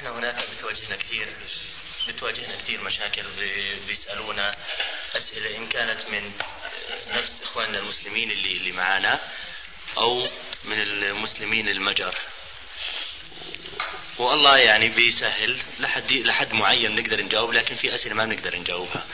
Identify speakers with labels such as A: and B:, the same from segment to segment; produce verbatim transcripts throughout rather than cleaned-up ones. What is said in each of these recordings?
A: احنا هناك بتواجهنا كثير بتواجهنا كثير مشاكل، بيسألونا أسئلة إن كانت من نفس إخواننا المسلمين اللي اللي معانا أو من المسلمين المجر، والله يعني بيسهل لحد لحد معين نقدر نجاوب، لكن في أسئلة ما بنقدر نجاوبها.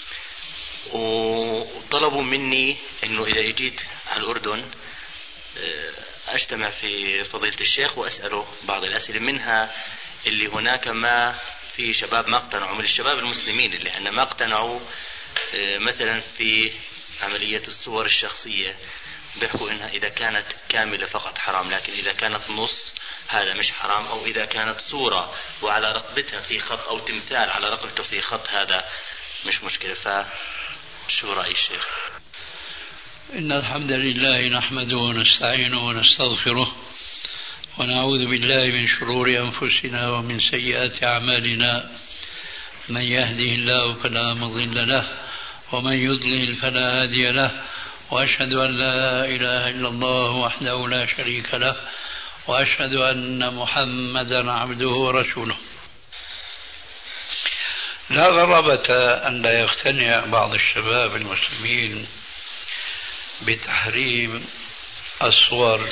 A: وطلبوا مني إنه إذا جيت على الأردن أجتمع في فضيلة الشيخ وأسأله بعض الأسئلة، منها اللي هناك ما في شباب ما اقتنعوا من الشباب المسلمين اللي عندنا ما اقتنعوا مثلا في عملية الصور الشخصية، بيحكوا إنها إذا كانت كاملة فقط حرام، لكن إذا كانت نص هذا مش حرام، أو إذا كانت صورة وعلى رقبتها في خط أو تمثال على رقبته في خط هذا مش مشكلة. فشو رأي الشيخ؟
B: إن الحمد لله نحمده ونستعينه ونستغفره ونعوذ بالله من شرور أنفسنا ومن سيئات أعمالنا، من يهده الله فلا مضل له ومن يضلل فلا هادي له، وأشهد أن لا إله إلا الله وحده لا شريك له، وأشهد أن محمدا عبده ورسوله. لا غرابة أن لا يقتنع بعض الشباب المسلمين بتحريم الصور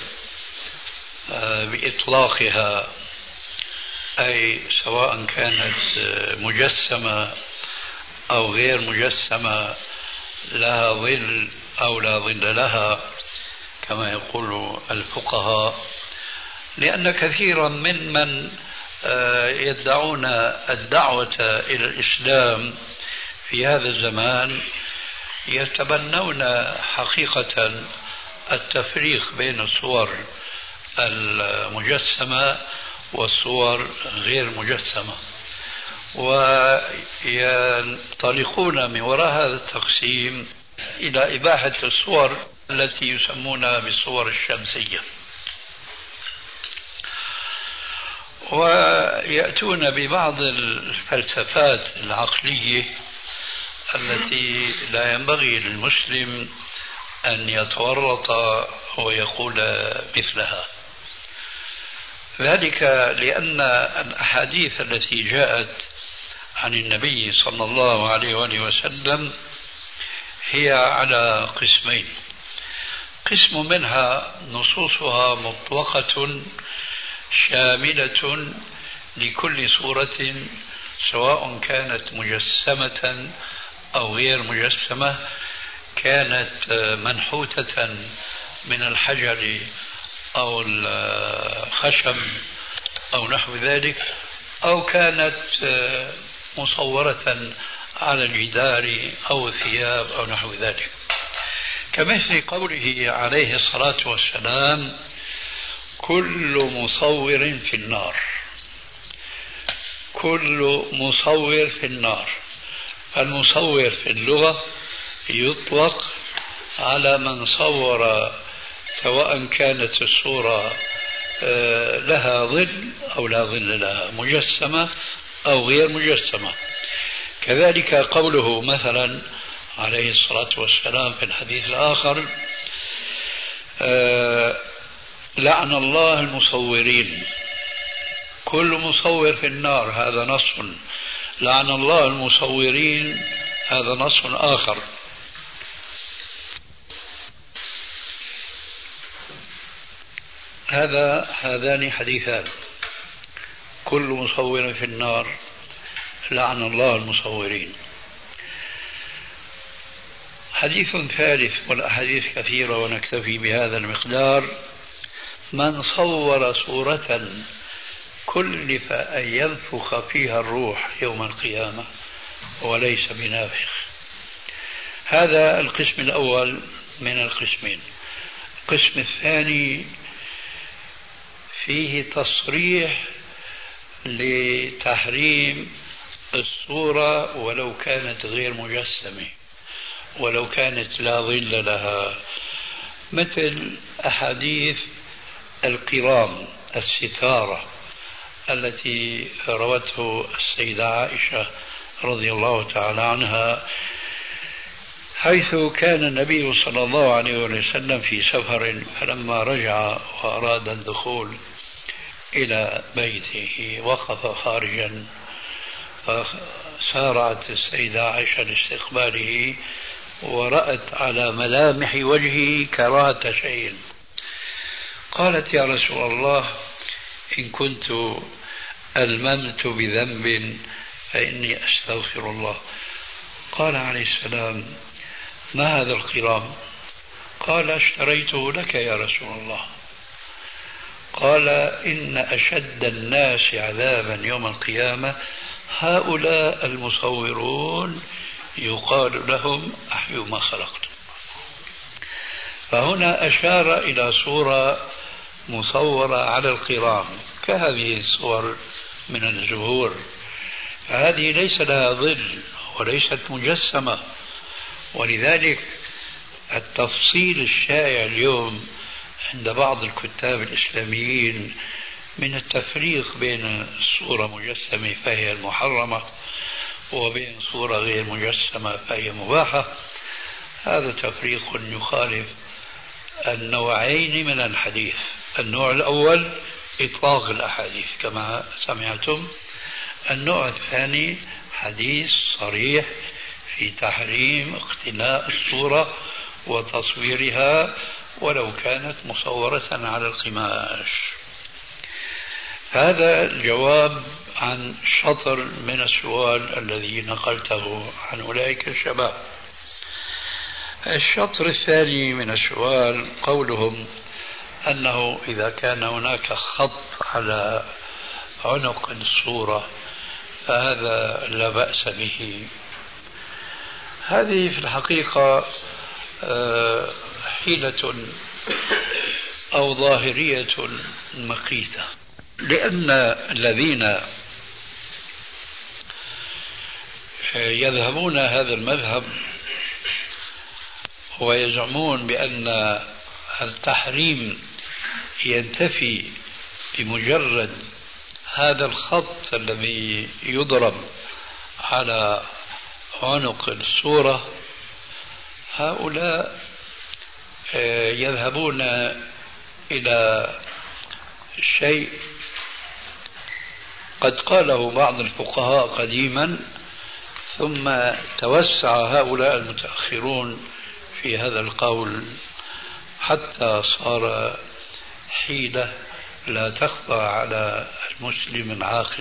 B: بإطلاقها، أي سواء كانت مجسمة أو غير مجسمة، لها ظل أو لا ظل لها كما يقول الفقهاء، لأن كثيرا ممن يدعون الدعوة إلى الإسلام في هذا الزمان يتبنون حقيقة التفريق بين الصور المجسمة والصور غير مجسمة، وينطلقون من وراء هذا التقسيم إلى إباحة الصور التي يسمونها بالصور الشمسية، ويأتون ببعض الفلسفات العقلية التي لا ينبغي للمسلم أن يتورط ويقول مثلها. ذلك لأن الأحاديث التي جاءت عن النبي صلى الله عليه وآله وسلم هي على قسمين: قسم منها نصوصها مطلقة شاملة لكل صورة سواء كانت مجسمة أو غير مجسمة، كانت منحوتة من الحجر أو الخشب أو نحو ذلك، أو كانت مصورة على الجدار أو الثياب أو نحو ذلك، كمثل قوله عليه الصلاة والسلام: كل مصور في النار. كل مصور في النار. فالمصور في اللغة يطلق على من صور سواء كانت الصورة لها ظل أو لا ظل لها، مجسمة أو غير مجسمة. كذلك قوله مثلا عليه الصلاة والسلام في الحديث الآخر: لعن الله المصورين. كل مصور في النار، هذا نص. لعن الله المصورين، هذا نص آخر. هذا هذان حديثان: كل مصور في النار، لعن الله المصورين. حديث ثالث، والأحاديث كثيرة ونكتفي بهذا المقدار: من صور صورة كلف أن ينفخ فيها الروح يوم القيامة وليس بنافخ. هذا القسم الأول من القسمين. القسم الثاني فيه تصريح لتحريم الصورة ولو كانت غير مجسمة، ولو كانت لا ظل لها، مثل أحاديث القرام، الستارة التي روته السيدة عائشة رضي الله تعالى عنها، حيث كان النبي صلى الله عليه وسلم في سفر، فلما رجع وأراد الدخول إلى بيته وقف خارجا، فسارعت السيدة عائشة لاستقباله ورأت على ملامح وجهه كراهة شيء. قالت: يا رسول الله، إن كنت ألممت بذنب فإني أستغفر الله. قال عليه السلام: ما هذا القرام؟ قال: اشتريته لك يا رسول الله. قال: إن أشد الناس عذابا يوم القيامة هؤلاء المصورون يقال لهم أحيوا ما خلقتم. فهنا أشار إلى صورة مصورة على القرام كهذه الصور من الزهور، هذه ليس لها ظل وليست مجسمة. ولذلك التفصيل الشائع اليوم عند بعض الكتاب الإسلاميين من التفريق بين صورة مجسمة فهي المحرمة وبين صورة غير مجسمة فهي مباحة، هذا تفريق يخالف النوعين من الحديث. النوع الأول إطلاق الأحاديث كما سمعتم، النوع الثاني حديث صريح في تحريم اقتناء الصورة وتصويرها ولو كانت مصورة على القماش. هذا الجواب عن شطر من السؤال الذي نقلته عن أولئك الشباب. الشطر الثاني من السؤال قولهم أنه إذا كان هناك خط على عنق الصورة فهذا لا بأس به. هذه في الحقيقة حيلة أو ظاهرية مقيتة، لأن الذين يذهبون هذا المذهب ويزعمون بأن التحريم ينتفي بمجرد هذا الخط الذي يضرب على عنق الصورة، هؤلاء يذهبون إلى شيء قد قاله بعض الفقهاء قديما، ثم توسع هؤلاء المتأخرون في هذا القول حتى صار حيلة لا تخفى على المسلم العاقل.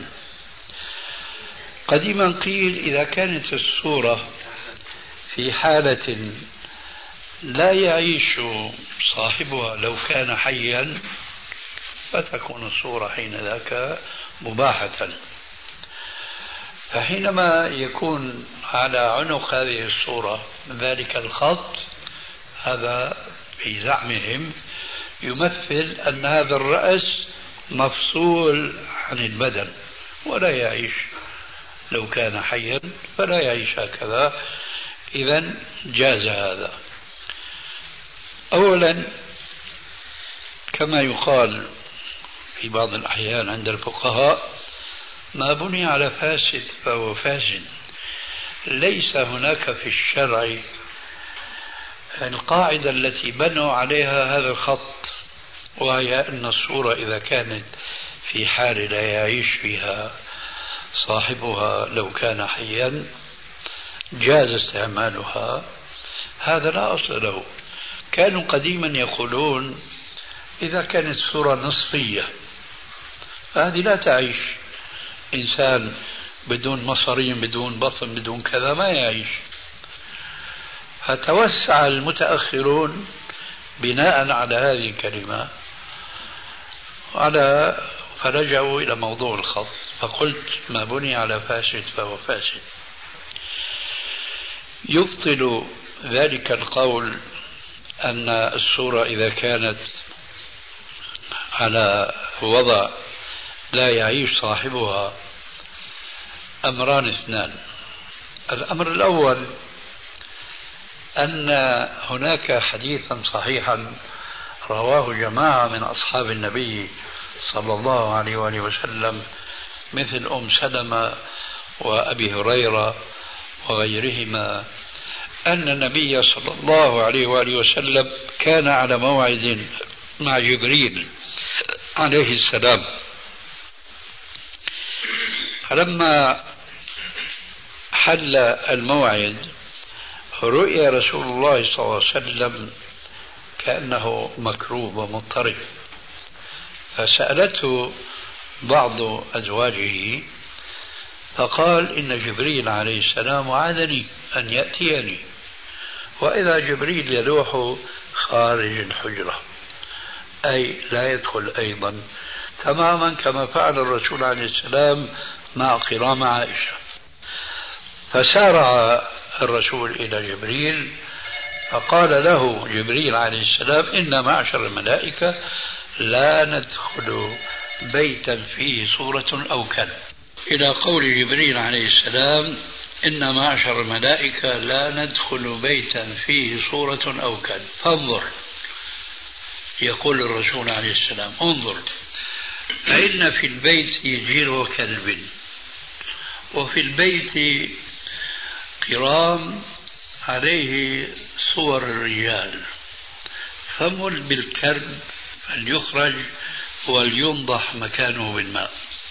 B: قديما قيل إذا كانت الصورة في حالة لا يعيش صاحبها لو كان حيا فتكون الصورة حين ذاك مباحة. فحينما يكون على عنق هذه الصورة ذلك الخط، هذا في زعمهم يمثل أن هذا الرأس مفصول عن البدن ولا يعيش لو كان حيا، فلا يعيش هكذا. إذن جاز هذا. أولا كما يقال في بعض الأحيان عند الفقهاء: ما بني على فاسد فهو فاسد. ليس هناك في الشرع القاعدة التي بنوا عليها هذا الخط، وهي أن الصورة إذا كانت في حال لا يعيش فيها صاحبها لو كان حيا جاز استعمالها. هذا لا أصل له. كانوا قديما يقولون إذا كانت صورة نصفية فهذه لا تعيش. إنسان بدون مصارين بدون بطن بدون كذا ما يعيش. فتوسع المتأخرون بناء على هذه الكلمة على فرجعوا إلى موضوع الخط، فقلت ما بني على فاسد فهو فاسد. يبطل ذلك القول أن الصورة إذا كانت على وضع لا يعيش صاحبها أمران اثنان. الأمر الأول أن هناك حديثا صحيحا رواه جماعة من أصحاب النبي صلى الله عليه وآله وسلم مثل أم سلمة وأبي هريرة وغيرهما أن النبي صلى الله عليه وآله وسلم كان على موعد مع جبريل عليه السلام فلما حل الموعد رؤيا رسول الله صلى الله عليه وسلم كأنه مكروب ومضطرب، فسألته بعض أزواجه فقال إن جبريل عليه السلام وعدني أن يأتيني، وإذا جبريل يلوح خارج الحجرة أي لا يدخل أيضا، تماما كما فعل الرسول عليه السلام مع قرام عائشة. فسارع الرسول إلى جبريل فقال له جبريل عليه السلام إن معشر الملائكة لا ندخل بيتا فيه صورة أو كلب، إلى قول جبريل عليه السلام إن معشر الملائكة لا ندخل بيتا فيه صورة أو كلب. فانظر، يقول الرسول عليه السلام انظر، فإن في البيت جير كلب، وفي البيت قرام عليه صور الرجال، فمل بالكلب فليخرج ولينضح مكانه بالماء،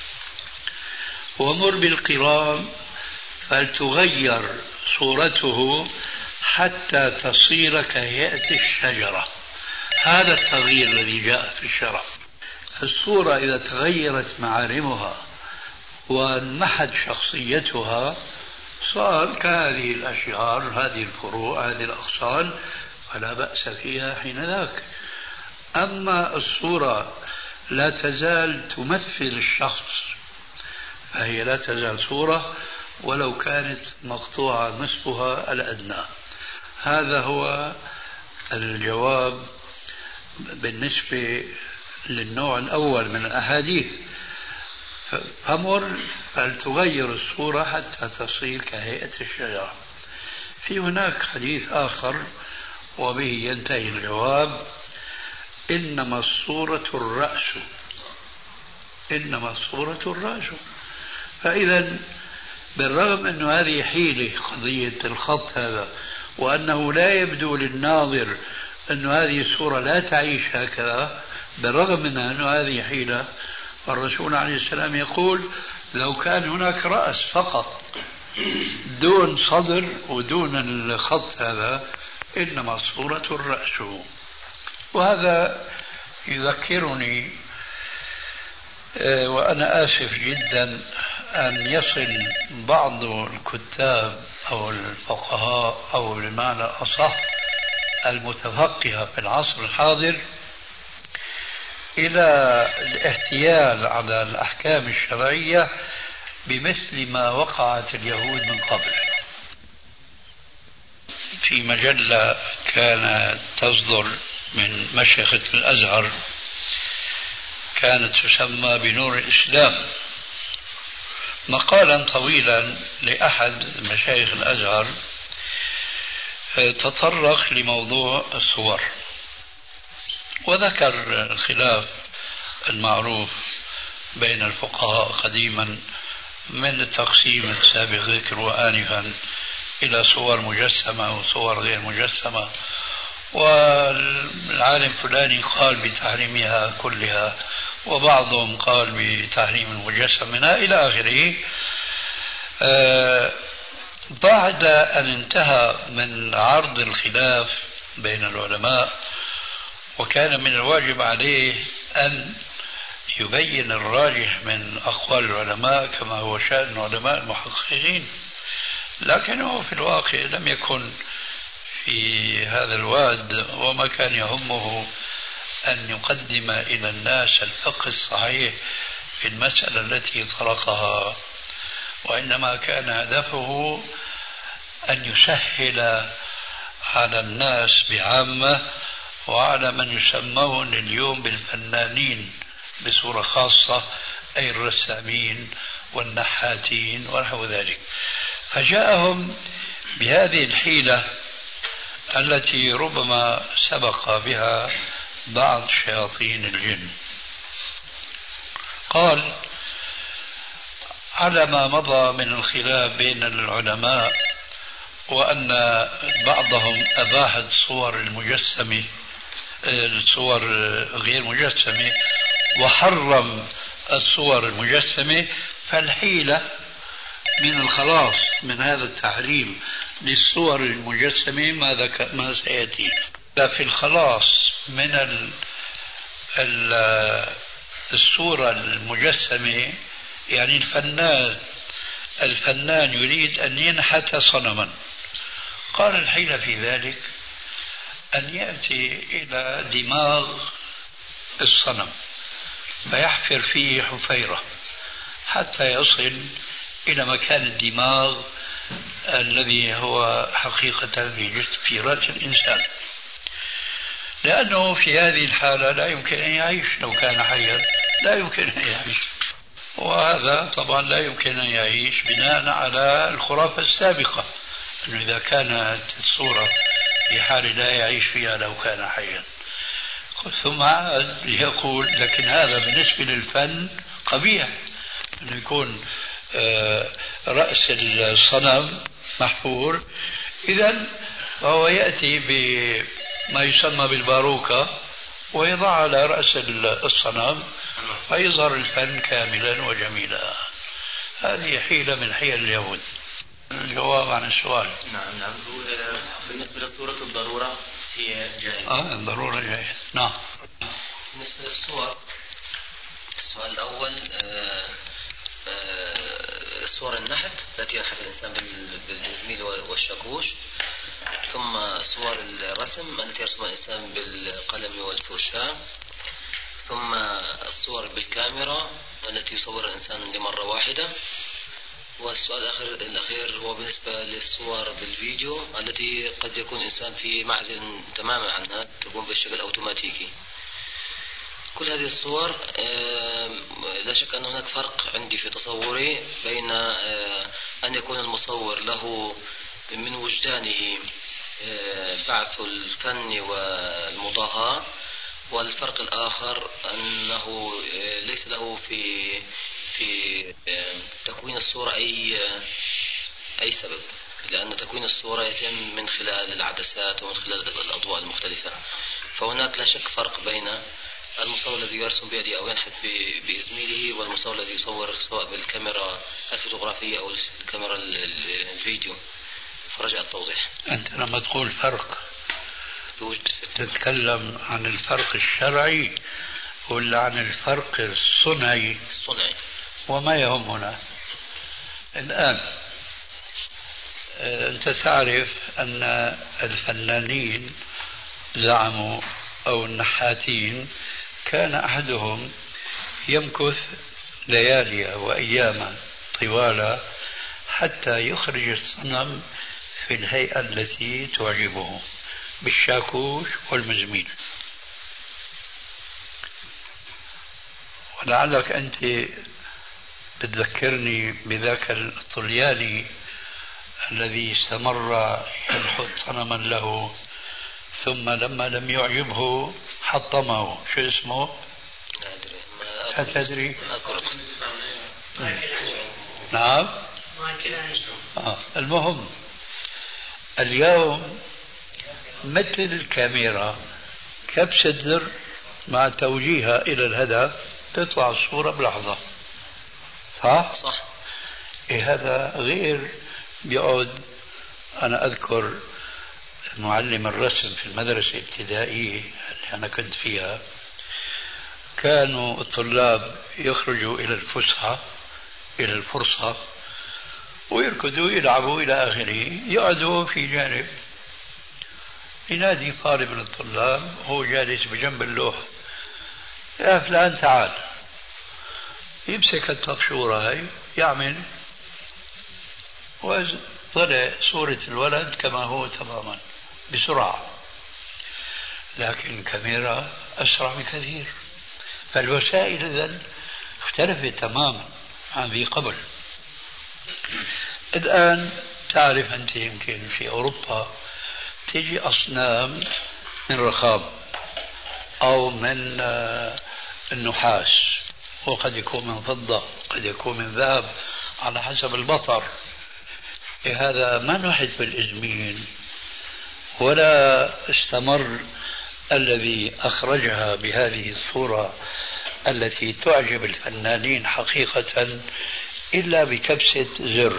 B: ومر بالقرام فلتغير صورته حتى تصير كهيئة الشجرة. هذا التغيير الذي جاء في الشرع. الصورة إذا تغيرت معالمها وانمحت شخصيتها صار كهذه الأشجار، هذه الفروع، هذه الأغصان، فلا بأس فيها حين ذاك. أما الصورة لا تزال تمثل الشخص فهي لا تزال صورة ولو كانت مقطوعة نصفها الأدنى. هذا هو الجواب بالنسبة للنوع الأول من الأحاديث. فمر فلتغير الصورة حتى تصير كهيئة الشجرة. في هناك حديث آخر وبه ينتهي الجواب: إنما الصورة الرأس، إنما الصورة الرأس. فإذا بالرغم أن هذه حيلة قضية الخط هذا، وأنه لا يبدو للناظر أن هذه الصورة لا تعيش هكذا، بالرغم من أن هذه حيلة، فالرسول عليه السلام يقول لو كان هناك رأس فقط دون صدر ودون الخط هذا إنما الصورة الرأس. وهذا يذكرني وأنا آسف جدا أن يصل بعض الكتاب أو الفقهاء أو بمعنى أصح المتفقهة في العصر الحاضر إلى الاحتيال على الأحكام الشرعية بمثل ما وقعت اليهود من قبل. في مجلة كانت تصدر من مشيخة الأزهر كانت تسمى بنور الإسلام، مقالا طويلا لأحد مشايخ الأزهر تطرق لموضوع الصور، وذكر الخلاف المعروف بين الفقهاء قديما من التقسيم السابق ذكره آنفا إلى صور مجسمة وصور غير مجسمة، والعالم فلاني قال بتحريمها كلها وبعضهم قال بتحريم المجسم منها إلى آخره. آه بعد أن انتهى من عرض الخلاف بين العلماء وكان من الواجب عليه أن يبين الراجح من أقوال العلماء كما هو شأن علماء المحققين، لكنه في الواقع لم يكن في هذا الواد وما كان يهمه أن يقدم إلى الناس الفقه الصحيح في المسألة التي طرقها، وإنما كان هدفه أن يسهل على الناس بعامة وعلى من يسمون اليوم بالفنانين بصورة خاصة، أي الرسامين والنحاتين ونحو ذلك. فجاءهم بهذه الحيلة التي ربما سبق بها بعض شياطين الجن. قال: على ما مضى من الخلاف بين العلماء وأن بعضهم أباح الصور المجسمة الصور غير مجسمة وحرم الصور المجسمة، فالحيلة من الخلاص من هذا التحريم للصور المجسمة ما ذكر ما سيأتي. في الخلاص من ال ال الصورة المجسمة، يعني الفنان الفنان يريد أن ينحت صنما، قال الحيلة في ذلك أن يأتي إلى دماغ الصنم فيحفر فيه حفيرة حتى يصل إلى مكان الدماغ الذي هو حقيقة في جسم في رأس الإنسان، لأنه في هذه الحالة لا يمكن أن يعيش. لو كان حيا لا يمكن أن يعيش، وهذا طبعا لا يمكن أن يعيش بناء على الخرافة السابقة أنه إذا كانت الصورة في حال لا يعيش فيها لو كان حيا. ثم عاد ليقول لكن هذا بالنسبة للفن قبيح، أنه يكون رأس الصنم محفور، إذن فهو يأتي بما يسمى بالباروكة ويضع على رأس الصنم فيظهر الفن كاملا وجميلا. هذه حيلة من حيل اليهود. الجواب عن السؤال.
A: نعم نعم. بالنسبة لصورة الضرورة هي جائزة.
B: آه الضرورة جائزة. نعم.
C: بالنسبة للصور، السؤال الأول آه صور النحت التي ينحت الإنسان بالإزميل والشاكوش، ثم صور الرسم التي يرسم الإنسان بالقلم والفرشاة، ثم الصور بالكاميرا التي يصور الإنسان لمرة واحدة، والسؤال الأخير, الأخير هو بالنسبة للصور بالفيديو التي قد يكون الإنسان في معزل تماما عنها، تكون بالشكل الأوتوماتيكي. كل هذه الصور لا شك أن هناك فرق عندي في تصوري بين أن يكون المصور له من وجدانه بعث الفن والمضاهاة، والفرق الآخر أنه ليس له في في تكوين الصورة أي أي سبب، لأن تكوين الصورة يتم من خلال العدسات ومن خلال الأضواء المختلفة. فهناك لا شك فرق بين المصور الذي يرسم بيده أو ينحت بإزميله والمصور الذي يصور سواء بالكاميرا الفوتوغرافية أو الكاميرا الفيديو. فرجاء التوضيح.
B: أنت لما تقول فرق تتكلم عن الفرق الشرعي ولا عن الفرق الصنعي؟
C: الصنعي.
B: وما يهمنا الآن أنت تعرف أن الفنانين زعموا أو النحاتين كان أحدهم يمكث ليالي وأياما طوال حتى يخرج الصنم في الهيئة التي تعجبه بالشاكوش والمزميل. ولعلك أنت بتذكرني بذاك الطلياني الذي استمر ينحت صنما له، ثم لما لم يعجبه حطمه. شو اسمه؟ لا تدري؟ نعم. آه. المهم اليوم مثل الكاميرا كبسة زر مع توجيهها إلى الهدف تطلع الصورة بلحظة. صح؟
C: صح.
B: إيه هذا غير بيقعد. أنا أذكر معلم الرسم في المدرسة الابتدائية اللي أنا كنت فيها، كانوا الطلاب يخرجوا إلى الفسحة إلى الفرصة ويركضوا يلعبوا إلى آخره، يقعدوا في جانب، ينادي طالب من الطلاب هو جالس بجنب اللوح: يا فلان تعال. يمسك الطفشورة هاي يعمل، وطلع صورة الولد كما هو تماما بسرعة، لكن الكاميرا أسرع بكثير. فالوسائل إذن اختلفت تماما عن ذي قبل. الآن تعرف أنت يمكن في أوروبا تجي أصنام من رخام أو من النحاس، وقد يكون من فضة قد يكون من ذهب على حسب البطر. إيه هذا ما نحت بالإزميل ولا استمر الذي أخرجها بهذه الصورة التي تعجب الفنانين حقيقة إلا بكبسة زر.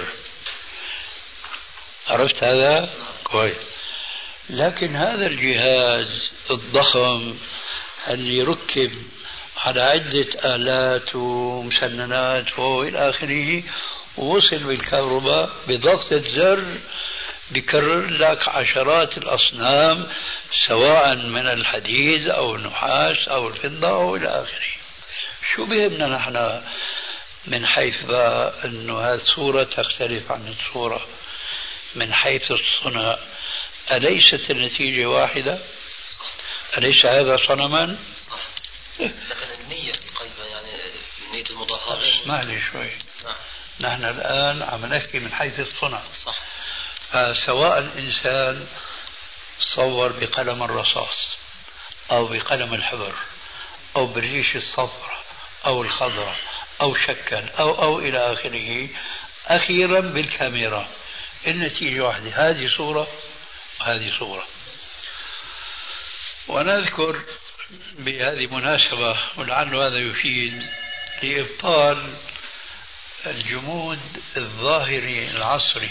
B: عرفت هذا؟ كويس. لكن هذا الجهاز الضخم اللي ركب على عدة آلات ومسننات وإلى آخره ووصل بالكهرباء بضغطة زر بكرر لك عشرات الأصنام سواء من الحديد أو النحاس أو الفضة أو إلى آخره. شو بهمنا نحن من حيث أنه هذه الصورة تختلف عن الصورة من حيث الصنع؟ أليست النتيجة واحدة؟ أليس هذا صنما؟
C: لكن النية في قلبه يعني نية المضاهاة.
B: اسمع لي شوي. نحن الآن عم نحكي من حيث الصنع.
C: صح.
B: فسواء الإنسان صور بقلم الرصاص أو بقلم الحبر أو بالريش الصفراء أو الخضراء أو شكل أو أو إلى آخره، أخيرا بالكاميرا النتيجة واحدة، هذه صورة وهذه صورة. ونذكر بهذه مناسبة ولعل هذا يفيد لإبطال الجمود الظاهري العصري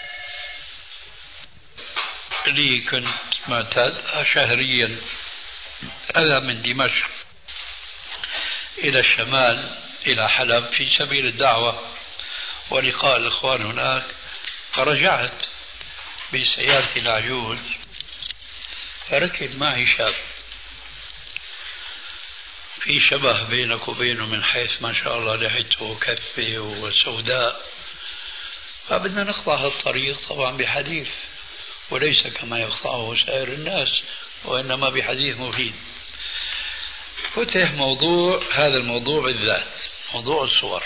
B: اللي كنت معتاد شهريا أذهب من دمشق إلى الشمال إلى حلب في سبيل الدعوة ولقاء الإخوان هناك، فرجعت بسيارتي العجوز فركب معي شاب في شبه بينك وبينه من حيث ما شاء الله لحيته كفة وسوداء، فبدنا نقطع هالطريق طبعا بحديث وليس كما يقطعه سائر الناس وإنما بحديث مفيد. فتح موضوع هذا الموضوع بالذات، موضوع الصور.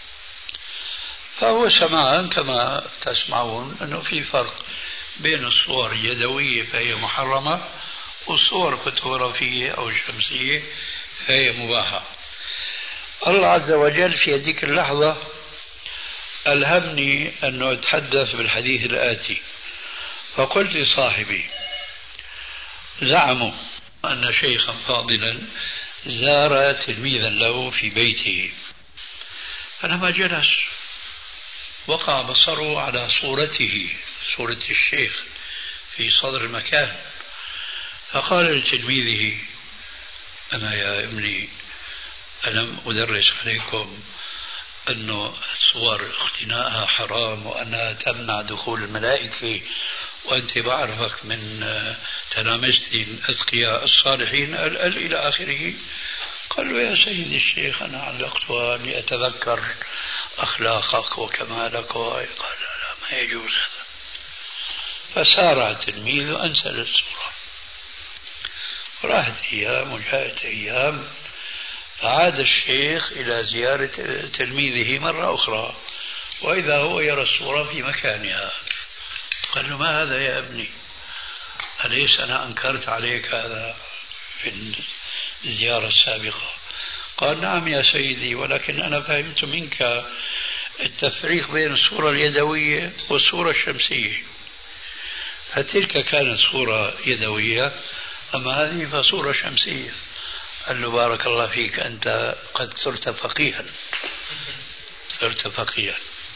B: فهو سمعا كما تسمعون أنه في فرق بين الصور اليدوية فهي محرمة والصور الفوتوغرافية أو الشمسية فهي مباحة. الله عز وجل في هذيك اللحظة ألهمني أنه أتحدث بالحديث الآتي، فقلت لصاحبي: زعموا أن شيخا فاضلا زار تلميذا له في بيته، فلما جلس وقع بصره على صورته، صورة الشيخ في صدر المكان، فقال لتلميذه: أنا يا ابني ألم أدرس عليكم أنه الصور اقتناءها حرام وأنها تمنع دخول الملائكة، وأنت بعرفك من تلامذتي الأذكياء الصالحين إلى آخره. قال له: يا سيدي الشيخ أنا علقتها لأتذكر أخلاقك وكمالك. قال: لا ما يجوز هذا. فسارع التلميذ وأنزل الصورة، وراحت أيام وجاءت أيام، فعاد الشيخ إلى زيارة تلميذه مرة أخرى وإذا هو يرى الصورة في مكانها. قال له: ما هذا يا ابني؟ أليس أنا أنكرت عليك هذا في الزيارة السابقة؟ قال: نعم يا سيدي، ولكن أنا فهمت منك التفريق بين الصورة اليدوية والصورة الشمسية، فتلك كانت صورة يدوية أما هذه فصورة شمسية. قال له: بارك الله فيك، أنت قد صرت فقيها، صرت فقيها.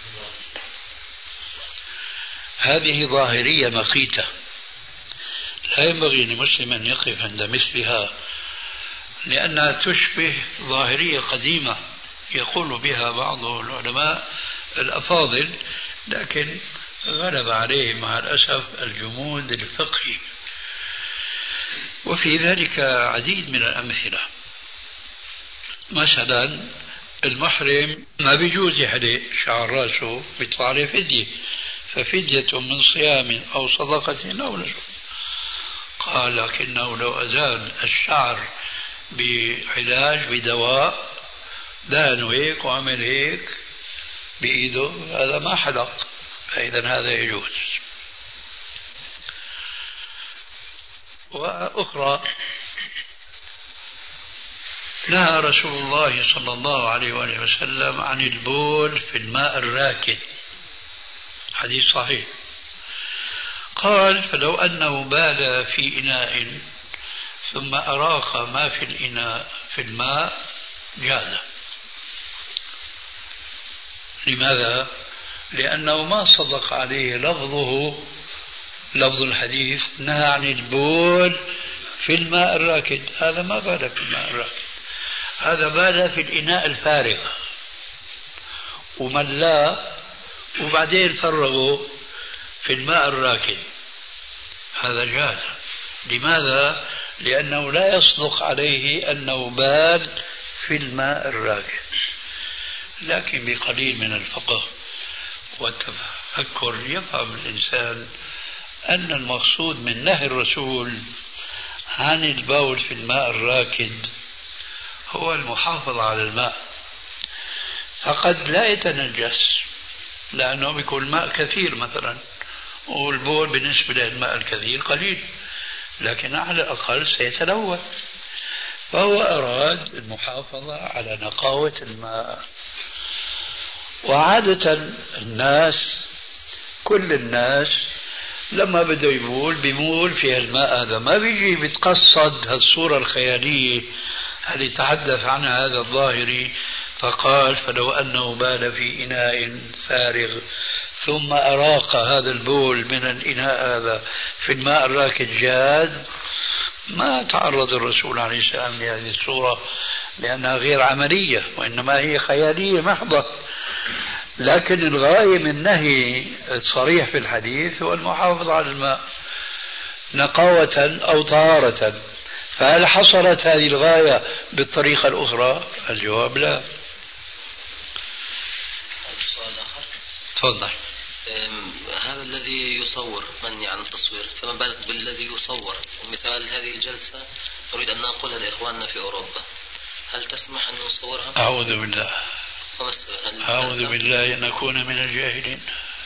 B: هذه ظاهرية مقيتة لا ينبغي لمسلم أن يقف عند مثلها، لأنها تشبه ظاهرية قديمة يقول بها بعض العلماء الأفاضل، لكن غلب عليه مع الأسف الجمود الفقهي. وفي ذلك عديد من الأمثلة. مثلا المحرم ما بيجوز يحلق شعر راسه، بيطلع عليه فدية، ففدية من صيام أو صدقة أو نسك. قال: لكنه لو أزال الشعر بعلاج بدواء، دهن هيك وعمل هيك بإيده، هذا ما حلق، فإذا هذا يجوز. وأخرى: نهى رسول الله صلى الله عليه وآله وسلم عن البول في الماء الراكد، حديث صحيح. قال: فلو أنه بال في إناء ثم أراق ما في الإناء في الماء جاز. لماذا؟ لأنه ما صدق عليه لفظه، لفظ الحديث نهى عن البول في الماء الراكد، هذا ما بال في الماء الراكد، هذا بال في الإناء الفارغ وملاه وبعدين فرغوا في الماء الراكد، هذا جاز. لماذا؟ لأنه لا يصدق عليه أنه بال في الماء الراكد. لكن بقليل من الفقه والتفكر يفهم الإنسان أن المقصود من نهي الرسول عن البول في الماء الراكد هو المحافظة على الماء، فقد لا يتنجس لأنه بيكون الماء كثير مثلا، والبول بالنسبة للماء الكثير قليل، لكن على الأقل سيتلوث، فهو أراد المحافظة على نقاوة الماء. وعادة الناس، كل الناس لما بده يبول بيبول في الماء هذا، ما بيجي بيتقصد هالصورة الخيالية اللي تحدث عنها هذا الظاهري فقال فلو أنه بال في إناء فارغ ثم أراق هذا البول من الإناء هذا في الماء الراكد جاد. ما تعرض الرسول عليه السلام لهذه الصورة لأنها غير عملية، وإنما هي خيالية محضة. لكن الغاية من نهي الصريح في الحديث هو المحافظة على الماء نقاوة أو طهارة. فهل حصلت هذه الغاية بالطريقة الأخرى؟ الجواب لا.
C: سؤال آخر.
B: تفضل.
C: هذا الذي يصور منهي عن التصوير، فما بالك بالذي يصور؟ مثال هذه الجلسة نريد أن نقولها لإخواننا في أوروبا، هل تسمح أن نصورها؟
B: أعوذ بالله،
C: هل
B: أعوذ بالله أن أكون من الجاهلين.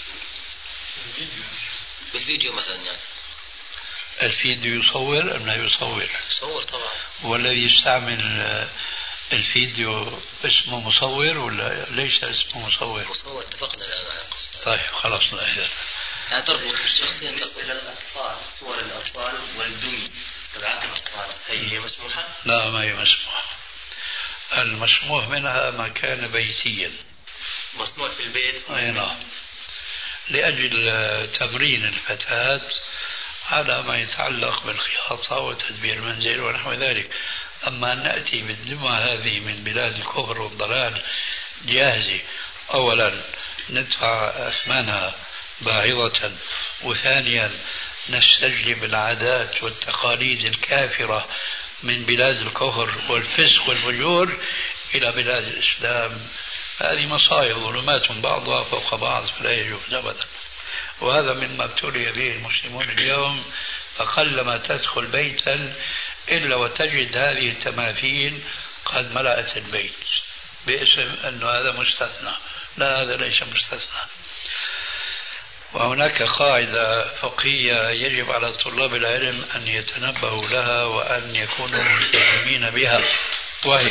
C: بالفيديو مثلا يعني
B: الفيديو يصور أم لا يصور؟
C: يصور طبعا. والذي
B: يستعمل الفيديو اسمه مصور ولا ليس اسمه مصور؟
C: مصور، اتفقنا الآن على القصة.
B: طيب خلاص لا إذا
C: يعني تربط بالشخصية.
A: بالنسبة للأطفال، صور الأطفال والدم تبعات الأطفال هي هي مسموحة؟
B: لا، ما هي مسموحة. المسموح منها ما كان بيتيا،
A: مصنوع في البيت.
B: أي نعم، لأجل تمرين الفتاة على ما يتعلق بالخياطة وتدبير المنزل ونحو ذلك. أما أن نأتي بالدمى هذه من بلاد الكفر والضلال جاهزة، أولا ندفع أثمانها باهظة، وثانيا نستجلب العادات والتقاليد الكافرة من بلاد الكفر والفسق والفجور إلى بلاد الإسلام. هذه مصائب ظلمات بعضها فوق بعض فلا يجوز أبدا. وهذا مما ابتلي به المسلمون اليوم، فقلما تدخل بيتا إلا وتجد هذه التماثيل قد ملأت البيت باسم أن هذا مستثنى. لا، هذا ليس مستثنى. وهناك قاعدة فقهية يجب على طلاب العلم أن يتنبهوا لها وأن يكونوا ملتزمين بها، وهي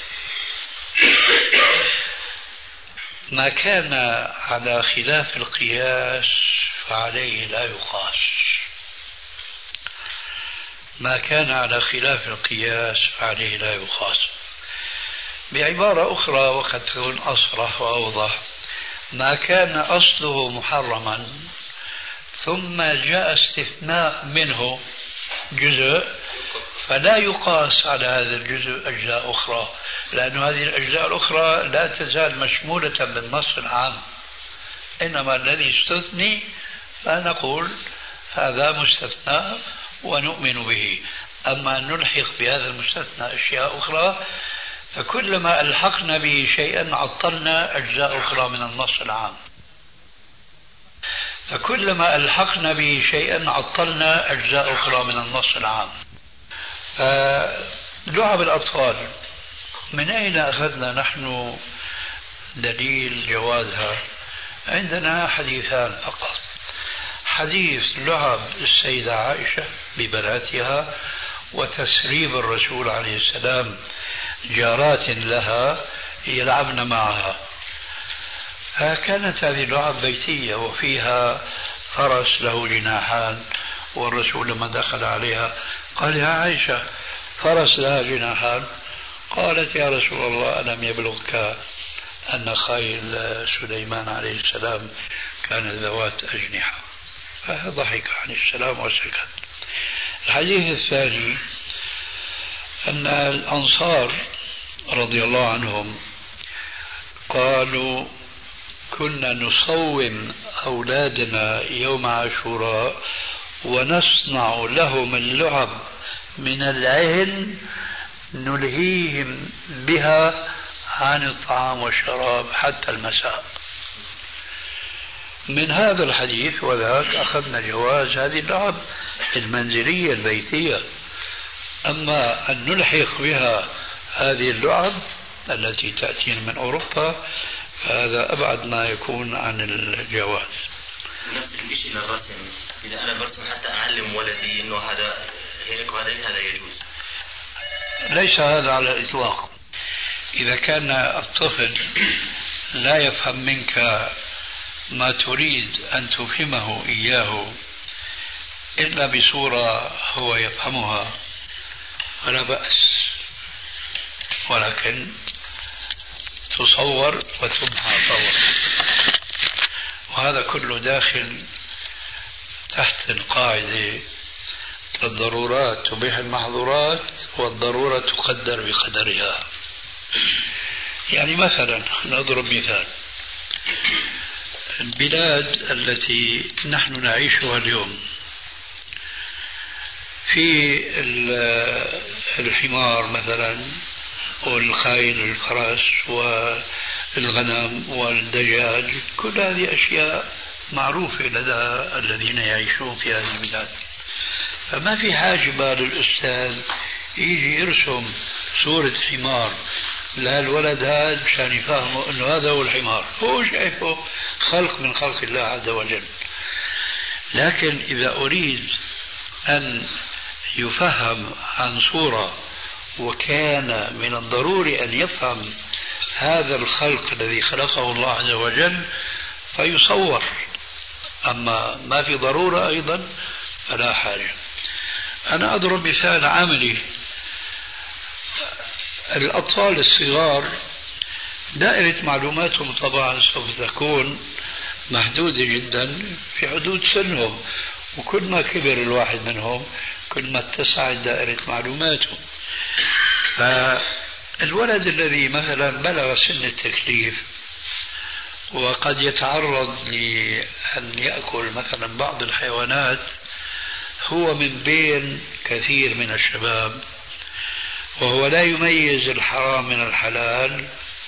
B: ما كان على خلاف القياس فعليه لا يقاس. ما كان على خلاف القياس فعليه لا يقاس. بعبارة أخرى وقد تكون أصرح وأوضح، ما كان أصله محرما ثم جاء استثناء منه جزء فلا يقاس على هذا الجزء أجزاء أخرى، لأن هذه الأجزاء الأخرى لا تزال مشمولة بالنص العام، إنما الذي استثني فنقول هذا مستثنى ونؤمن به. أما أن نلحق بهذا المستثنى أشياء أخرى فكلما ألحقنا به شيئا عطلنا أجزاء أخرى من النص العام، فكلما ألحقنا به شيئا عطلنا أجزاء أخرى من النص العام. فلعب الأطفال من أين أخذنا نحن دليل جوازها؟ عندنا حديثان فقط. حديث لعب السيدة عائشة ببناتها وتسريب الرسول عليه السلام جارات لها يلعبن معها، فكانت هذه اللعب بيتية وفيها فرس له جناحان، والرسول لما دخل عليها قال يا عائشة فرس لها جناحان؟ قالت يا رسول الله ألم يبلغك أن خيل سليمان عليه السلام كان ذوات أجنحة؟ فضحك عليه السلام وسكت. الحديث الثاني أن الأنصار رضي الله عنهم قالوا كنا نصوم أولادنا يوم عاشوراء ونصنع لهم اللعب من العهن نلهيهم بها عن الطعام والشراب حتى المساء. من هذا الحديث وذاك أخذنا جواز هذه اللعب المنزلية البيتية. أما أن نلحق بها هذه اللعب التي تأتينا من أوروبا فهذا أبعد ما يكون عن الجواز.
A: نفس الشيء للرسم، إذا أنا برسم حتى أعلم ولدي إنه هذا هيك وهذا هذا يجوز.
B: ليس هذا على الإطلاق. إذا كان الطفل لا يفهم منك ما تريد أن تفهمه إياه إلا بصورة هو يفهمها فلا بأس، ولكن تصور وتمحى فورا. وهذا كله داخل تحت القاعدة الضرورات تبيح المحظورات والضرورة تقدر بقدرها. يعني مثلا نضرب مثال، البلاد التي نحن نعيشها اليوم في الحمار مثلا والخيل الفرس والغنم والدجاج، كل هذه أشياء معروفة لدى الذين يعيشون في هذه البلاد. فما في حاجة للأستاذ يجي يرسم صورة حمار لا الولد هذا مشان يفهمه أنه هذا هو الحمار، هو شايفه خلق من خلق الله عز وجل. لكن إذا أريد أن يفهم عن صورة وكان من الضروري أن يفهم هذا الخلق الذي خلقه الله عز وجل فيصور، أما ما في ضرورة أيضا فلا حاجة. أنا أضرب مثال عملي. الأطفال الصغار دائرة معلوماتهم طبعا سوف تكون محدودة جدا في حدود سنهم، وكل ما كبر الواحد منهم كل ما اتسعت دائرة معلوماته. فالولد الذي مثلا بلغ سن التكليف وقد يتعرض لأن يأكل مثلا بعض الحيوانات هو من بين كثير من الشباب وهو لا يميز الحرام من الحلال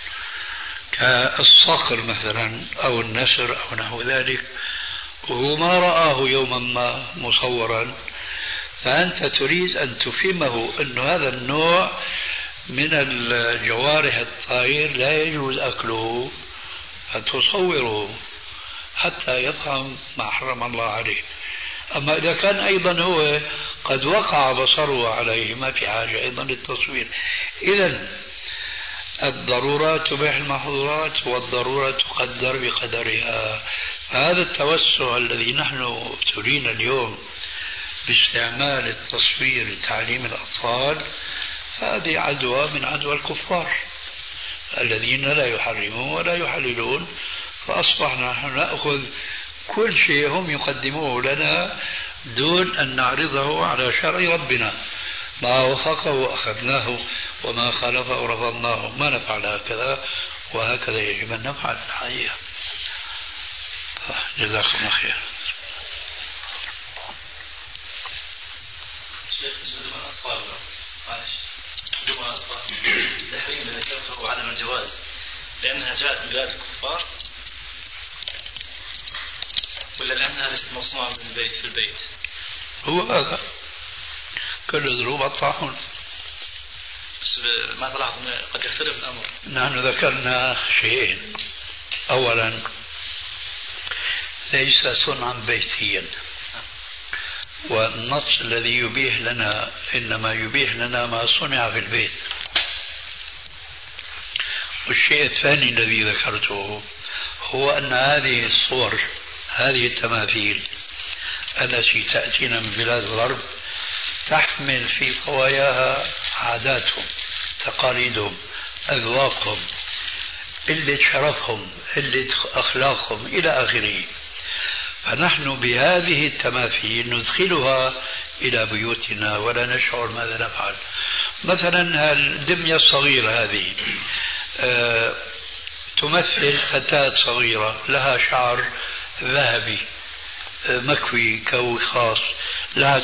B: كالصقر مثلا أو النسر أو نحو ذلك، وهو ما رآه يوما ما مصورا، فأنت تريد أن تفهمه أن هذا النوع من الجوارح الطائر لا يجوز أكله، فتصوره حتى يفهم ما حرم الله عليه. أما إذا كان أيضا هو قد وقع بصره عليه ما في حاجة أيضا للتصوير. إذن الضرورات تبيح المحظورات والضرورة تقدر بقدرها. هذا التوسع الذي نحن ابتلينا اليوم باستعمال التصوير لتعليم الأطفال هذه عدوى من عدوى الكفار الذين لا يحرمون ولا يحللون، فأصبحنا نحن نأخذ كل شيء هم يقدموه لنا دون أن نعرضه على شرع ربنا. ما وفقه أخذناه وما خالفه رفضناه. ما نفعل هكذا، وهكذا يجب أن نفعل في الحقيقة. جزاكم الله خير.
A: تحريم الكفر وعدم الجواز لأنها جاءت من بلاد الكفار ولا لأنها ليست مصنوعة من البيت في البيت؟
B: هو هذا كل ضروب الطاحون.
A: بس ما تلاحظ قد يختلف الأمر.
B: نحن ذكرنا شيئين. أولا ليس صنعا بيتيا، والنص الذي يبيح لنا إنما يبيح لنا ما صنع في البيت. والشيء الثاني الذي ذكرته هو أن هذه الصور هذه التماثيل التي تأتينا من بلاد الغرب تحمل في طواياها عاداتهم تقاليدهم، أذواقهم، قلة شرفهم، قلة أخلاقهم إلى آخره. فنحن بهذه التماثيل ندخلها إلى بيوتنا ولا نشعر ماذا نفعل. مثلا الدمية الصغيرة هذه أه تمثل فتاة صغيرة لها شعر ذهبي مكوي كوي خاص، لها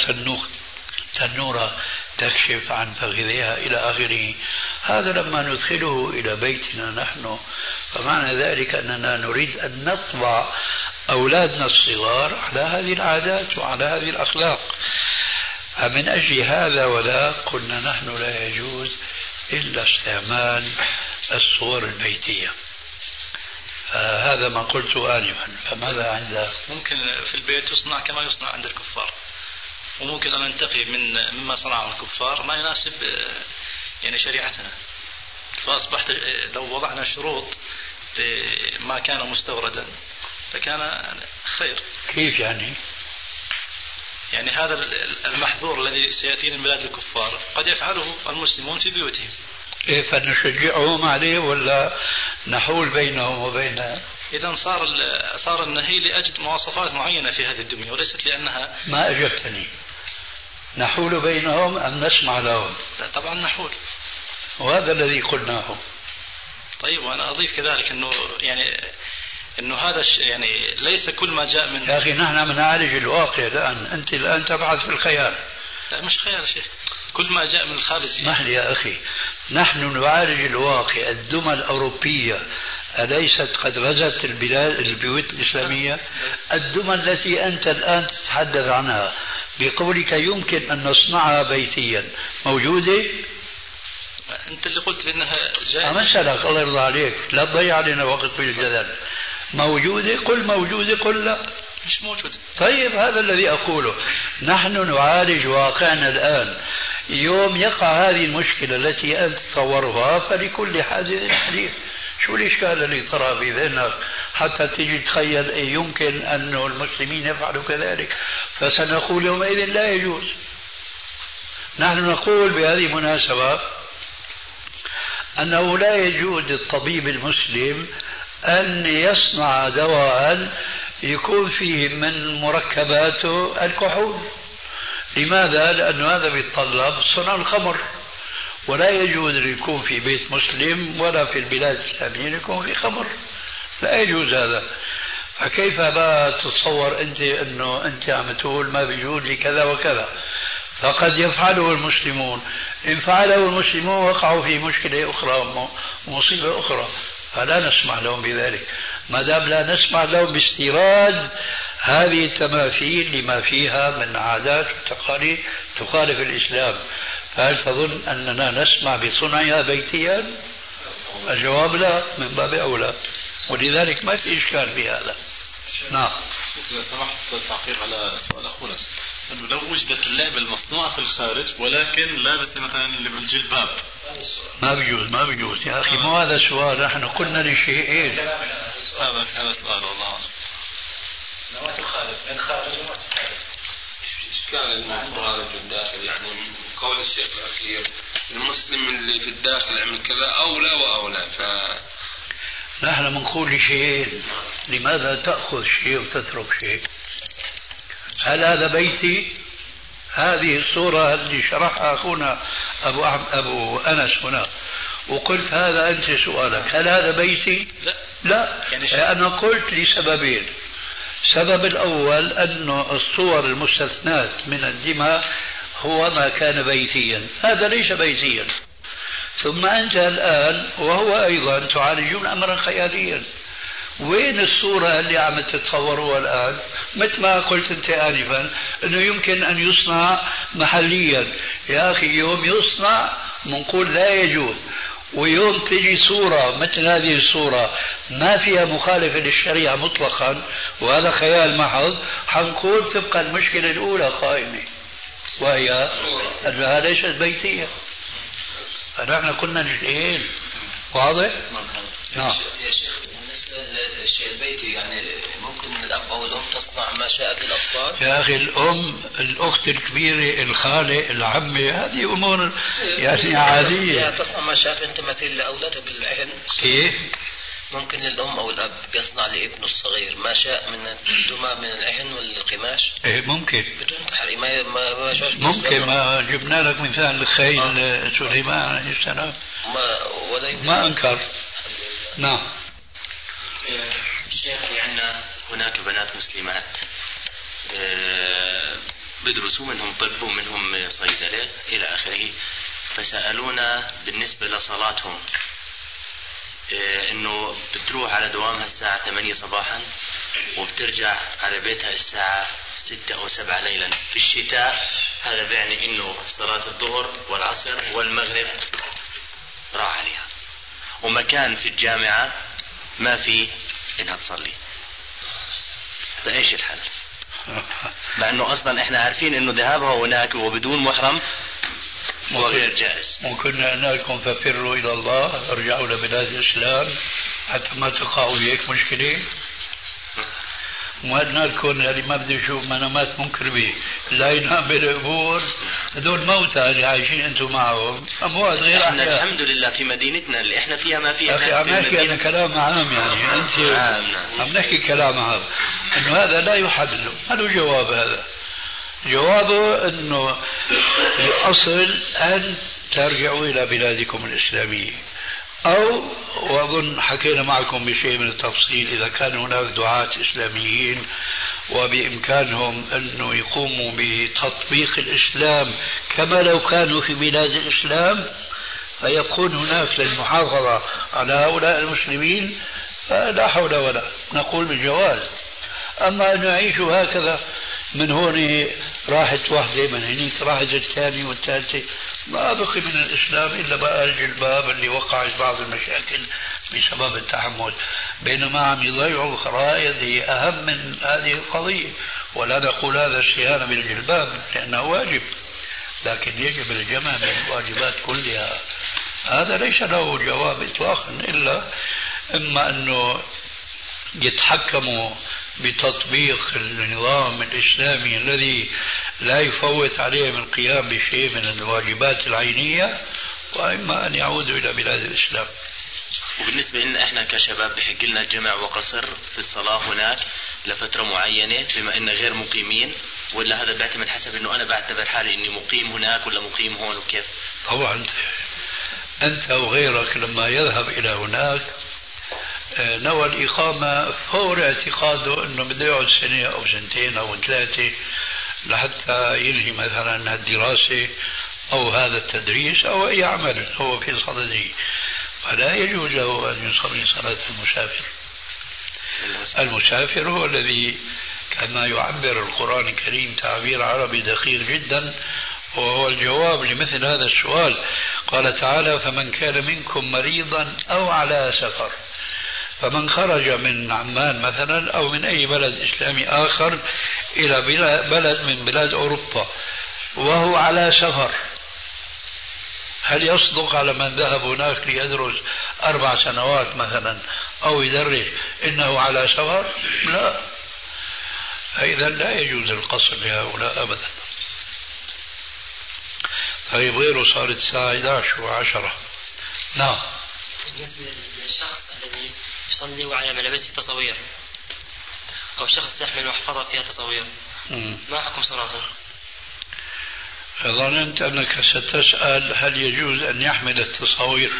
B: تنورة تكشف عن فخذها إلى آخره. هذا لما ندخله إلى بيتنا نحن، فمعنى ذلك أننا نريد أن نطبع أولادنا الصغار على هذه العادات وعلى هذه الأخلاق. فمن أجل هذا ولا قلنا نحن لا يجوز إلا استعمال الصور البيتية. هذا ما قلته آنفا. فماذا عندك؟
D: ممكن في البيت يصنع كما يصنع عند الكفار، وممكن أن ننتقي من مما صنعه الكفار ما يناسب يعني شريعتنا. فأصبحت لو وضعنا شروط ما كان مستوردا فكان خير.
B: كيف يعني؟
D: يعني هذا المحظور الذي سيأتي من بلاد الكفار قد يفعله المسلمون في بيوتهم.
B: إيه فنشجعهم عليه ولا نحول بينهم وبين؟
D: إذا صار صار النهي لأجل مواصفات معينة في هذه الدنيا وليست لأنها.
B: ما أجبتني. نحول بينهم أم نسمع لهم؟
D: لا طبعا نحول،
B: وهذا الذي قلناه.
D: طيب وأنا أضيف كذلك أنه يعني أنه هذا يعني ليس كل ما جاء من.
B: يا أخي نحن بنعالج الواقع الآن، أنت الآن تبحث في الخيال.
D: لا مش خيال شيخ، كل ما جاء من الخارج.
B: اسمح لي يا أخي، نحن نعالج الواقع. الدول الأوروبية أليست قد غزت البلاد البيوت الإسلامية؟ الدول التي أنت الآن تتحدث عنها بقولك يمكن أن نصنعها بيتيا موجودة؟
D: أنت اللي قلت بأنها جائزة.
B: أمثلك الله يرضى عليك، لا تضيع علينا وقت في الجدل. موجودة؟ قل موجودة، قل لا
D: مش موجودة.
B: طيب هذا الذي أقوله. نحن نعالج واقعنا الآن. يوم يقع هذه المشكلة التي أنت تصورها فلكل حادث حديث. شو الإشكال اللي ترى في ذهنك حتى تجي تخيل إيه يمكن أن المسلمين يفعلوا كذلك؟ فسنقول يومئذ لا يجوز. نحن نقول بهذه المناسبة أنه لا يجوز للطبيب المسلم أن يصنع دواء يكون فيه من مركباته الكحول. لماذا؟ لأن هذا بيتطلب صنع الخمر، ولا يجوز أن يكون في بيت مسلم ولا في البلاد الإسلامية يكون في خمر، لا يجوز هذا. فكيف بقى تتصور أنت أنه أنت عم تقول ما بيجوز لكذا وكذا؟ فقد يفعله المسلمون، إن فعله المسلمون وقعوا في مشكلة أخرى ومصيبة أخرى، فلا نسمح لهم بذلك. ما دام لا نسمح لهم باستيراد هذه التماثيل لما فيها من عادات وتقاليد تخالف الإسلام، فهل تظن أننا نسمع بصنعها بيتيا؟ الجواب لا، من باب أولى. ولذلك ما في إشكال في هذا. نعم.
E: إذا سمحت تعقيب على سؤال أخونا، أنه لو وجدت اللعبة المصنوعة في الخارج ولكن لابس مثلا اللي بالجلباب
B: ما بيجوز. ما بيجوز يا أخي، مو هذا السؤال. نحن قلنا لشيئين.
E: هذا هذا سؤال والله أعلم.
C: ما تخالف من خارج وما تخالف. إشكال الخارج والداخل، يعني قول الشيخ الأخير المسلم اللي في الداخل عمل كذا أولى وأولى. ف
B: نحن بنقول لشيئين، لماذا تأخذ شيء وتترك شيء؟ هل هذا بيتي؟ هذه الصورة اللي شرحها أخونا أبو, أبو أنس هنا، وقلت هذا أنت سؤالك، هل هذا بيتي؟
D: لا,
B: لا. يعني أنا قلت لسببين. السبب الأول أن الصور المستثنات من الدماء هو ما كان بيتيا، هذا ليس بيتيا. ثم أنت الآن وهو أيضا تعالجون أمرا خياليا. وين الصورة اللي عم تتصوروها الآن؟ مثل ما قلت أنت آنفا أنه يمكن أن يصنع محليا. يا أخي يوم يصنع منقول لا يجوز، ويوم تجي صورة مثل هذه الصورة ما فيها مخالفة للشريعة مطلقا وهذا خيال محض، حنقول تبقى المشكلة الأولى قائمة وهي أنها ليست بيتية. فنحن كنا نشئين. واضح؟ نعم.
C: يا شيخ بالنسبة للشيء البيتي يعني ممكن الأب أو الأم تصنع ما شاءت للأطفال؟
B: يا أخي الأم الأخت الكبيرة الخالة العمة هذه أمور يعني عادية.
C: يعني تصنع ما شاءت من تماثيل لأولادها بالعهن.
B: كيف؟
C: ممكن الأم أو الأب بيصنع لابنه الصغير ما شاء من الدمى من العهن والقماش؟
B: إيه ممكن.
C: بدون تحريم ما ما ما
B: ممكن. ما جبنا لك مثال الخيل آه. سليمان عليه السلام
C: ما ولا
B: ما أنكر. نعم.
A: شيخ عندنا هناك بنات مسلمات بدرسوا منهم طب ومنهم صيدلة إلى آخره، فسألونا بالنسبة لصلاتهم إنه بتروح على دوامها الساعة ثمانية صباحا وبترجع على بيتها الساعة ستة أو سبعة ليلا في الشتاء. هذا بيعني إنه صلاة الظهر والعصر والمغرب راح عليها، ومكان في الجامعة ما في إنها تصلي. فإيش الحل؟ مع إنه أصلا إحنا عارفين إنه ذهابها هناك وبدون محرم هو غير جائز.
B: ممكن أنكم ففروا إلى الله، ارجعوا لبلاد الإسلام حتى ما تقعوا هيك مشكلة. وأن لكم اللي ما بده يشوف منامات منكر به لا ينام بالقبور، هذول موتى اللي عايشين أنتم معهم أموات غير
A: احنا
B: أحياء.
A: الحمد لله في مدينتنا اللي احنا فيها ما فيها.
B: أخي عم نحكي أنا كلام عام يعني أنت عم نحكي كلام عام إنه هذا لا يحل. هذا جواب. هذا جوابه إنه الأصل أن ترجعوا إلى بلادكم الإسلامية، أو وأظن حكينا معكم بشيء من التفصيل إذا كان هناك دعاة إسلاميين وبإمكانهم أنه يقوموا بتطبيق الإسلام كما لو كانوا في بلاد الإسلام فيبقون هناك للمحافظة على هؤلاء المسلمين، فلا حول ولا نقول بالجواز. أما أن يعيشوا هكذا من هون راحت واحدة من هنيك راحت الثانية والثالثة، ما بقي من الإسلام إلا بقى الجلباب اللي وقعت بعض المشاكل بسبب التحمل، بينما عم يضيعوا الخرائط هي أهم من هذه القضية. ولا نقول هذا الصيانة بالجلباب لأنه واجب، لكن يجب الجمع بين الواجبات كلها. هذا ليس له جواب إطلاقا إلا إما أنه يتحكموا بتطبيق النظام الإسلامي الذي لا يفوت عليهم القيام بشيء من الواجبات العينية، وإما أن يعودوا إلى بلاد الإسلام.
A: وبالنسبة لنا إحنا كشباب بحق لنا الجمع وقصر في الصلاة هناك لفترة معينة بما إننا غير مقيمين، ولا هذا بيعتمد حسب إنه أنا بعتبر حالي إني مقيم هناك ولا مقيم هون وكيف؟
B: طبعا أنت وغيرك لما يذهب إلى هناك نوى الإقامة فور اعتقاده أنه بده يقعد سنة أو سنتين أو ثلاثة لحتى ينهي مثلا الدراسة أو هذا التدريس أو أي عمل هو في صدده، فلا يجوز له أن يصلي صلاة المسافر. المسافر هو الذي كما يعبر القرآن الكريم تعبير عربي دقيق جدا، وهو الجواب لمثل هذا السؤال. قال تعالى: فمن كان منكم مريضا أو على سفر. فمن خرج من عمان مثلا أو من أي بلد إسلامي آخر إلى بلد من بلاد أوروبا وهو على سفر، هل يصدق على من ذهب هناك ليدرس أربع سنوات مثلا أو يدرس إنه على سفر؟ لا. فإذا لا يجوز القصر لهؤلاء أبدا. طيب غيره صارت الساعة إحدى عشر وعشرة. نعم.
F: بالنسبة للشخص الذي يصلي وعلى ملابسه تصوير، أو شخص يحمل محفظة فيها تصوير، ما حكم صلاته؟
B: ظننت أنك ستسأل هل يجوز أن يحمل التصاوير.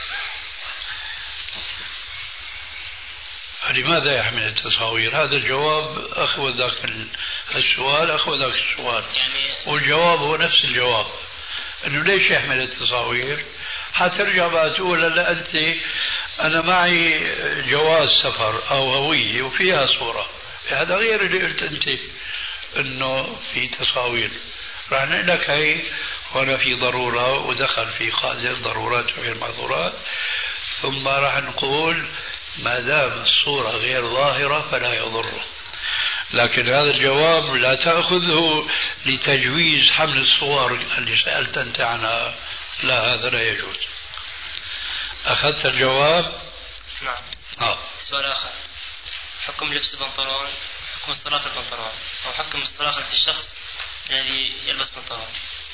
B: لماذا يحمل التصاوير؟ هذا الجواب أخو ذاك السؤال أخو ذاك السؤال، يعني والجواب هو نفس الجواب، أنه ليش يحمل التصاوير؟ حترجع بقى تقول لا أنت أنا معي جواز سفر أو هوية وفيها صورة، هذا غير اللي قلت أنت أنه في تصاوير. راح نقول لك هي هنا في ضرورة ودخل في قاعدة ضرورات وغير معذورات، ثم راح نقول ما دام الصورة غير ظاهرة فلا يضره. لكن هذا الجواب لا تأخذه لتجويز حمل الصور اللي سألت أنت عنها، لا، هذا لا يجوز. أخذت الجواب
F: نعم.
B: آه.
F: سؤال آخر، حكم لبس البنطلون، حكم الصلاة في البنطلون، أو حكم الصلاة في الشخص الذي يلبس بنطلون.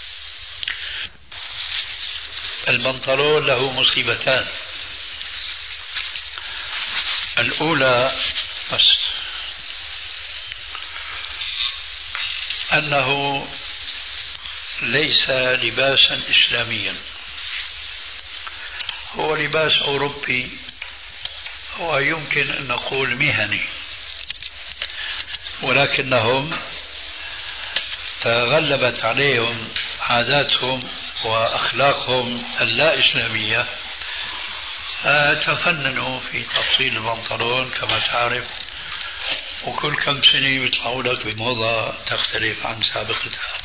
B: البنطلون له مصيبتان. الأولى بس أنه ليس لباسا إسلاميا، هو لباس أوروبي، ويمكن أن نقول مهني، ولكنهم تغلبت عليهم عاداتهم وأخلاقهم اللا إسلامية، تفننوا في تفصيل البنطلون كما تعرف، وكل كم سنة يطلعوا لك بموضة تختلف عن سابقتها.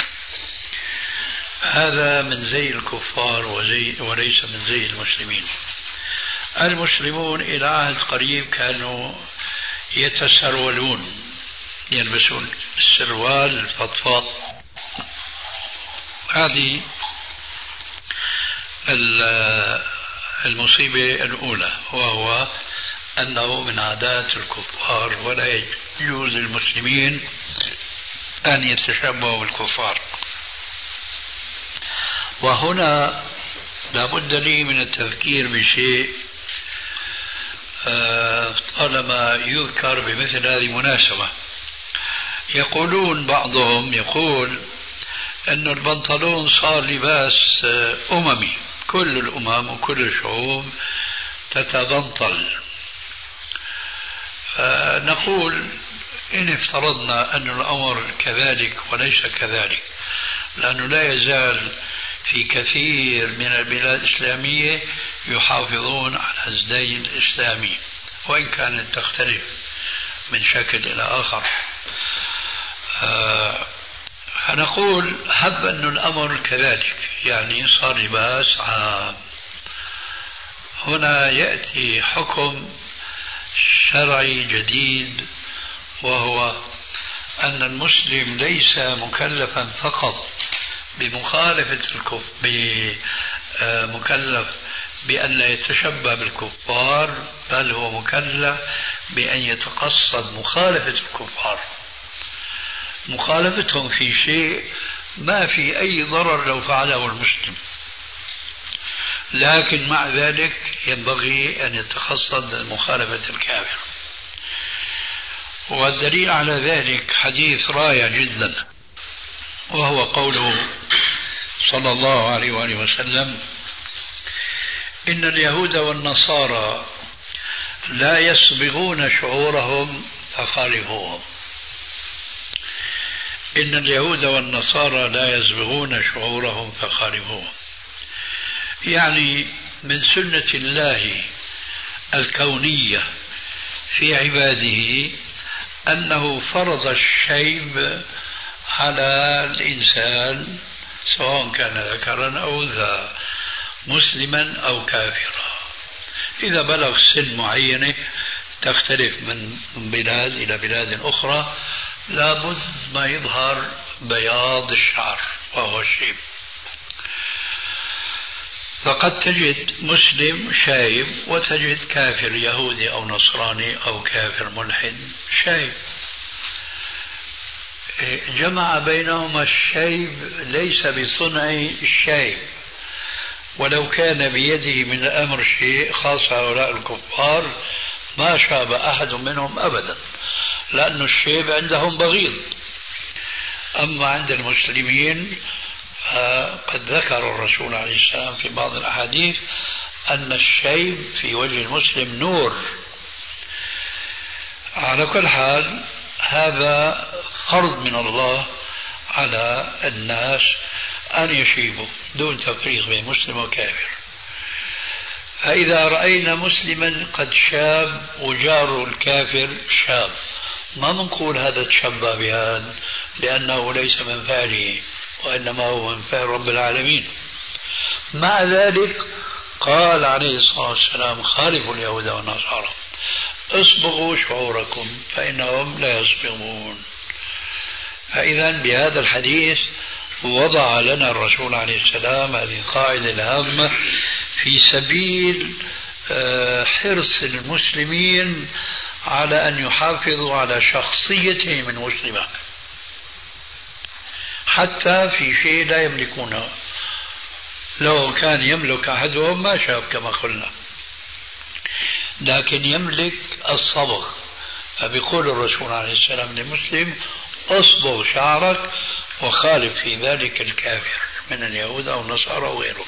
B: هذا من زي الكفار وزي وليس من زي المسلمين. المسلمون إلى عهد قريب كانوا يتسرولون، يلبسون السروال الفضفاض. هذه المصيبة الأولى، وهو أنه من عادات الكفار، ولا يجوز للمسلمين أن يتشبهوا بالكفار. وهنا لابد لي من التفكير بشيء طالما يذكر بمثل هذه المناسبة. يقولون بعضهم يقول أن البنطلون صار لباس أممي، كل الأمم وكل الشعوب تتبنطل. فنقول إن افترضنا أن الأمر كذلك وليس كذلك، لأنه لا يزال في كثير من البلاد الإسلامية يحافظون على الزي الإسلامي، وإن كانت تختلف من شكل إلى آخر. فنقول هب أن الأمر كذلك، يعني صار لباس عام. هنا يأتي حكم شرعي جديد، وهو أن المسلم ليس مكلفا فقط بمخالفة الكفر، مكلف بأن لا يتشبه بالكفار، بل هو مكلف بأن يتقصد مخالفة الكفار، مخالفتهم في شيء ما في أي ضرر لو فعله المسلم، لكن مع ذلك ينبغي أن يتقصد مخالفة الكافر. والدليل على ذلك حديث رائع جدا، وهو قوله صلى الله عليه وآله وسلم: إن اليهود والنصارى لا يصبغون شعورهم فخالفوهم. إن اليهود والنصارى لا يصبغون شعورهم فخالفوهم، يعني من سنة الله الكونية في عباده أنه فرض الشيب على الإنسان سواء كان ذكرا أو أنثى، مسلما أو كافرا. إذا بلغ سن معينة تختلف من بلاد إلى بلاد أخرى، لابد ما يظهر بياض الشعر وهو الشيب. فقد تجد مسلم شايب وتجد كافر يهودي أو نصراني أو كافر ملحد شايب. جمع بينهما الشيب ليس بصنع الشيب، ولو كان بيده من الأمر شيء، خاص هؤلاء الكفار ما شاب أحد منهم أبدا، لأن الشيب عندهم بغيض. أما عند المسلمين قد ذكر الرسول عليه السلام في بعض الأحاديث أن الشيب في وجه المسلم نور. على كل حال هذا فرض من الله على الناس أن يشيبوا دون تفريق بين مسلم وكافر. فإذا رأينا مسلما قد شاب وجاره الكافر شاب، ما منقول هذا تشبه بهذا، لأنه ليس من فعله وإنما هو من فعل رب العالمين. مع ذلك قال عليه الصلاة والسلام: خالفوا اليهود والنصارى، اصبغوا شعوركم فإنهم لا يصبغون. فإذا بهذا الحديث وضع لنا الرسول عليه السلام هذه القاعدة الهامة في سبيل حرص المسلمين على أن يحافظوا على شخصيتهم المسلمة حتى في شيء لا يملكونه. لو كان يملك أحدهم ما شاف كما قلنا، لكن يملك الصبغ. فبيقول الرسول عليه السلام للمسلم: اصبغ شعرك وخالف في ذلك الكافر من اليهود أو النصارى وغيره.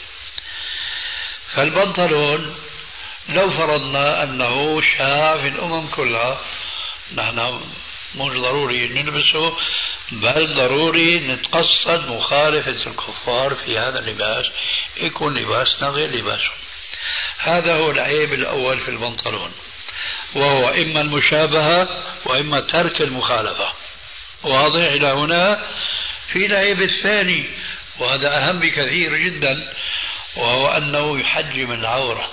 B: فالبنطلون لو فرضنا أنه شاع في الأمم كلها، نحن مش ضروري نلبسه، بل ضروري نتقصد مخالفة الكفار في هذا اللباس، يكون لباسنا غير لباسهم. هذا هو العيب الأول في البنطلون، وهو إما المشابهة وإما ترك المخالفة. واضح إلى هنا؟ في العيب الثاني وهذا أهم بكثير جدا، وهو أنه يحجم العورة.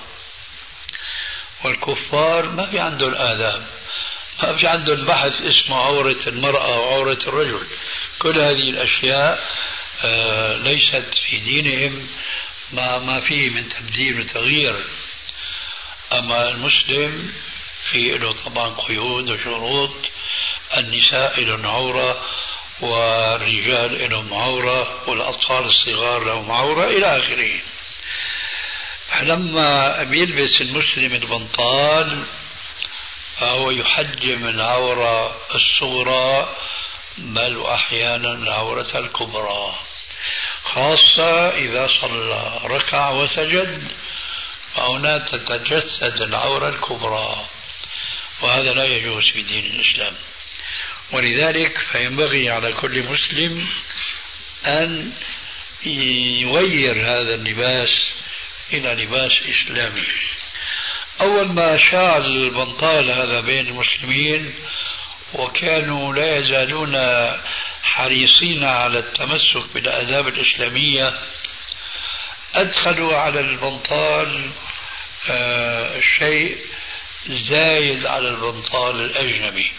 B: والكفار ما في عندهم آداب، ما في عندهم بحث اسمه عورة المرأة وعورة الرجل. كل هذه الأشياء آه ليست في دينهم، ما, ما فيه من تبديل وتغيير. أما المسلم في له طبعا قيود وشروط، النساء لهم عورة والرجال لهم عورة والأطفال الصغار لهم عورة إلى آخره. فلما بيلبس المسلم البنطال فهو يحجم العورة الصغرى بل وأحيانا العورة الكبرى، خاصة إذا صلى ركع وسجد فهنا تتجسد العورة الكبرى، وهذا لا يجوز في دين الإسلام. ولذلك فينبغي على كل مسلم أن يغير هذا اللباس إلى لباس إسلامي. أول ما شاع البنطال هذا بين المسلمين وكانوا لا يزالون حريصين على التمسك بالآداب الإسلامية، أدخلوا على البنطال آه شيء زايد على البنطال الأجنبي،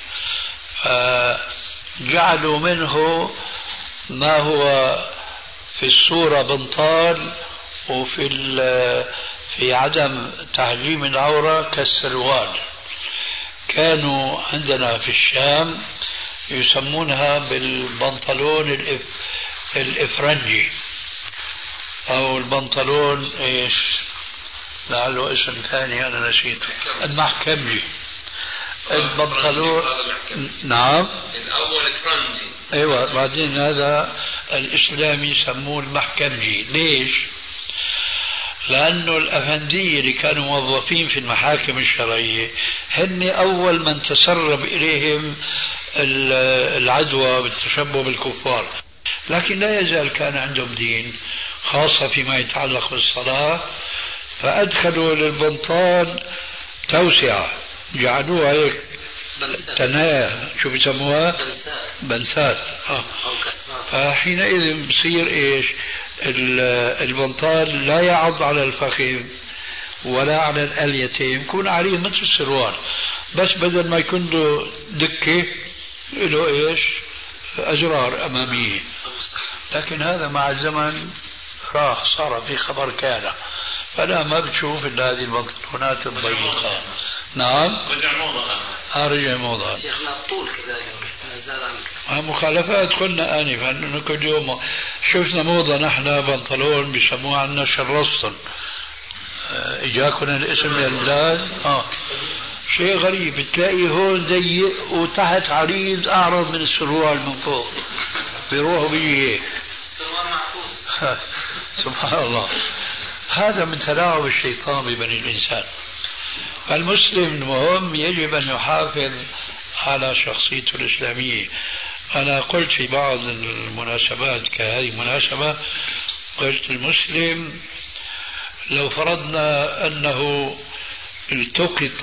B: فجعلوا منه ما هو في الصورة بنطال وفي في عدم تحجيم العورة كالسروال. كانوا عندنا في الشام يسمونها بالبنطلون الإف الإفرنجي أو البنطلون إيش لعله اسم ثاني أنا نسيته، المحكمجي. البنطلون نعم
G: الأول فرنجي،
B: أيوة، بعدين هذا الإسلامي يسموه المحكمجي. ليش؟ لأنه الأفندية اللي كانوا موظفين في المحاكم الشرعية هن أول من تسرب إليهم العدوى بالتشبه بالكفار، لكن لا يزال كان عندهم دين، خاصة فيما يتعلق بالصلاة. فأدخلوا للبنطال توسعة، جعلوها هيك تنايا، شو بيسموها؟ بنسات. آه. فحينئذ بصير إيش؟ البنطال لا يعض على الفخذ ولا على الأليتين، يكون عليه مثل السروال، بس بدل ما يكون له دكة له إيش؟ أزرار أمامية. لكن هذا مع الزمن راح، صار في خبر كان، فلا ما بتشوف إلا هذه البنطلونات الضيقة. نعم
E: رجع موضة.
B: آه رجع موضة.
H: شيخنا الطول كذلك زاد عن
B: مخالفات. قلنا آنفا أنه كل يوم شفنا موضة نحن بنطلون بيسموها عنا شرسطن، إجاكم الاسم من البلاد. آه شيء غريب، تلاقي هون ضيق وتحت عريض أعرض من السروال من فوق، بيروحوا بيجي هيك سبحان الله. هذا من تلاعب الشيطان ببني الإنسان. فالمسلم المهم يجب أن يحافظ على شخصيته الإسلامية. أنا قلت في بعض المناسبات كهذه المناسبة، قلت المسلم لو فرضنا أنه التقط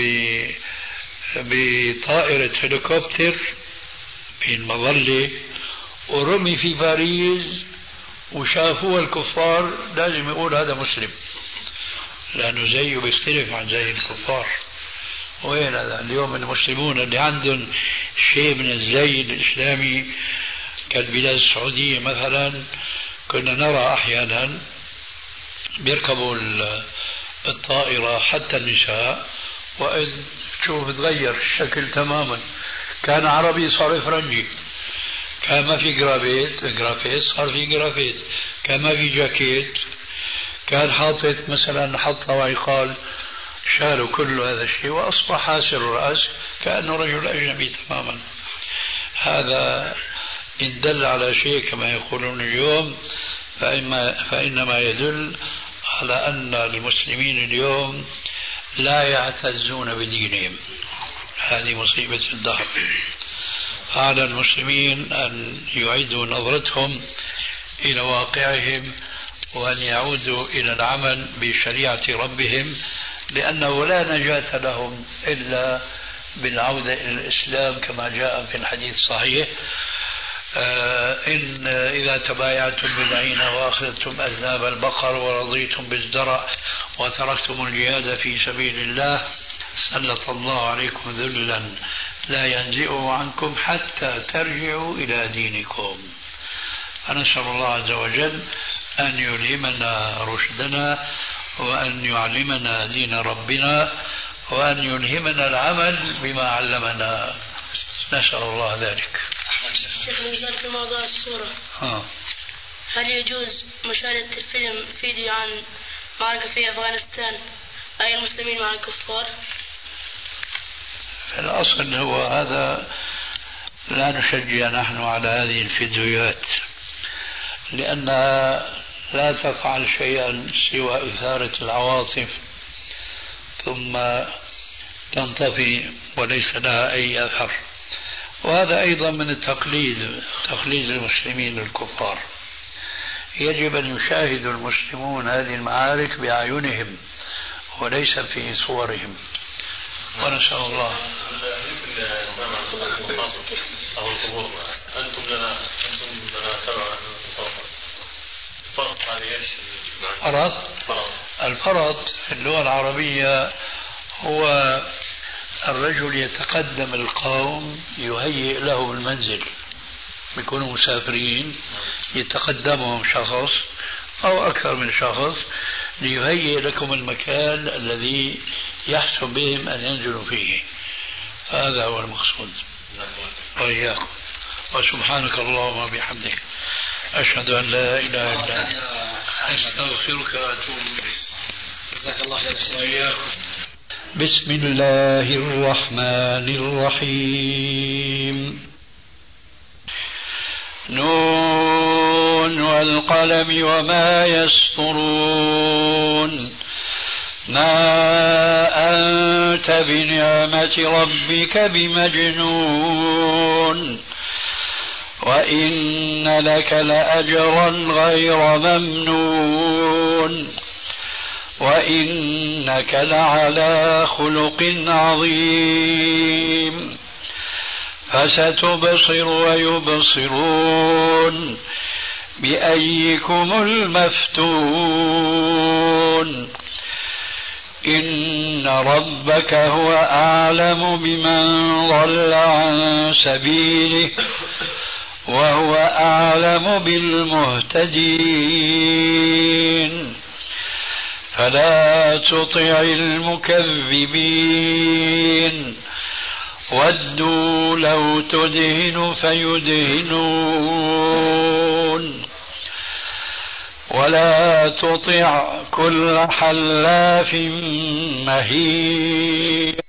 B: بطائرة هليكوبتر بالمظلة ورمي في باريس وشافوه الكفار، لازم يقول هذا مسلم، لأنه زيه بيختلف عن زي الكفار. وين هذا اليوم المسلمون اللي عندهم شيء من الزي الإسلامي كالبلاد السعودية مثلا، كنا نرى أحيانا بيركبوا الطائرة حتى النساء، وإذ شوف تغير الشكل تماما، كان عربي صار فرنجي، كان ما في جرافيت جرافيت صار في جرافيت، كان ما في جاكيت، كان حاطط مثلا حطة وعقال، شالوا كل هذا الشيء وأصبح حاسر الرأس كأنه رجل أجنبي تماما. هذا إن دل على شيء كما يقولون اليوم فإما فإنما يدل على أن المسلمين اليوم لا يعتزون بدينهم. هذه مصيبة الدهر. على المسلمين أن يعيدوا نظرتهم إلى واقعهم وأن يعودوا إلى العمل بشريعة ربهم، لأنه لا نجاة لهم إلا بالعودة إلى الإسلام كما جاء في الحديث الصحيح: إن إذا تبايعتم بالعينة وأخذتم أذناب البقر ورضيتم بالزرع وتركتم الجهاد في سبيل الله سلط الله عليكم ذلا لا ينزئه عنكم حتى ترجعوا إلى دينكم. فنسأل الله عز وجل أن يلهمنا رشدنا وأن يعلمنا دين ربنا وأن يلهمنا العمل بما علمنا. نسأل الله ذلك.
G: شيخ نسأل في موضوع الصورة،
B: ها.
G: هل يجوز مشاهدة الفيلم فيديو عن معركة في أفغانستان أي المسلمين مع الكفار؟
B: في الأصل هو هذا لا نشجع نحن على هذه الفيديوهات، لأنها لا تفعل شيئا سوى إثارة العواطف ثم تنطفي وليس لها أي أثر. وهذا أيضا من التقليد، تقليد المسلمين الكفار. يجب أن يشاهد المسلمون هذه المعارك بأعينهم وليس في صورهم. ونسأل الله.
E: أنتم لنا أنتم لنا تبع الفرض على ايش؟
B: فرض؟ الفرض في اللغة العربية هو الرجل يتقدم القوم يهيئ له المنزل، بيكونوا مسافرين يتقدمهم شخص أو أكثر من شخص ليهيئ لكم المكان الذي يحسن بهم أن ينزلوا فيه. هذا هو المقصود. وإياكم. وسبحانك اللهم وبحمدك أشهد أن لا إله إلا أنت أستغفرك وأتوب إليك.
H: جزاك الله خير. وإياكم.
B: بسم الله الرحمن الرحيم. نون والقلم وما يسطرون. ما أنت بنعمة ربك بمجنون وإن لك لأجرا غير ممنون وإنك لعلى خلق عظيم. فستبصر ويبصرون بأيكم المفتون. إن ربك هو أعلم بمن ضل عن سبيله وهو أعلم بالمهتدين. فلا تطع المكذبين ودوا لو تدهن فيدهنون ولا تطع كل حلاف مهين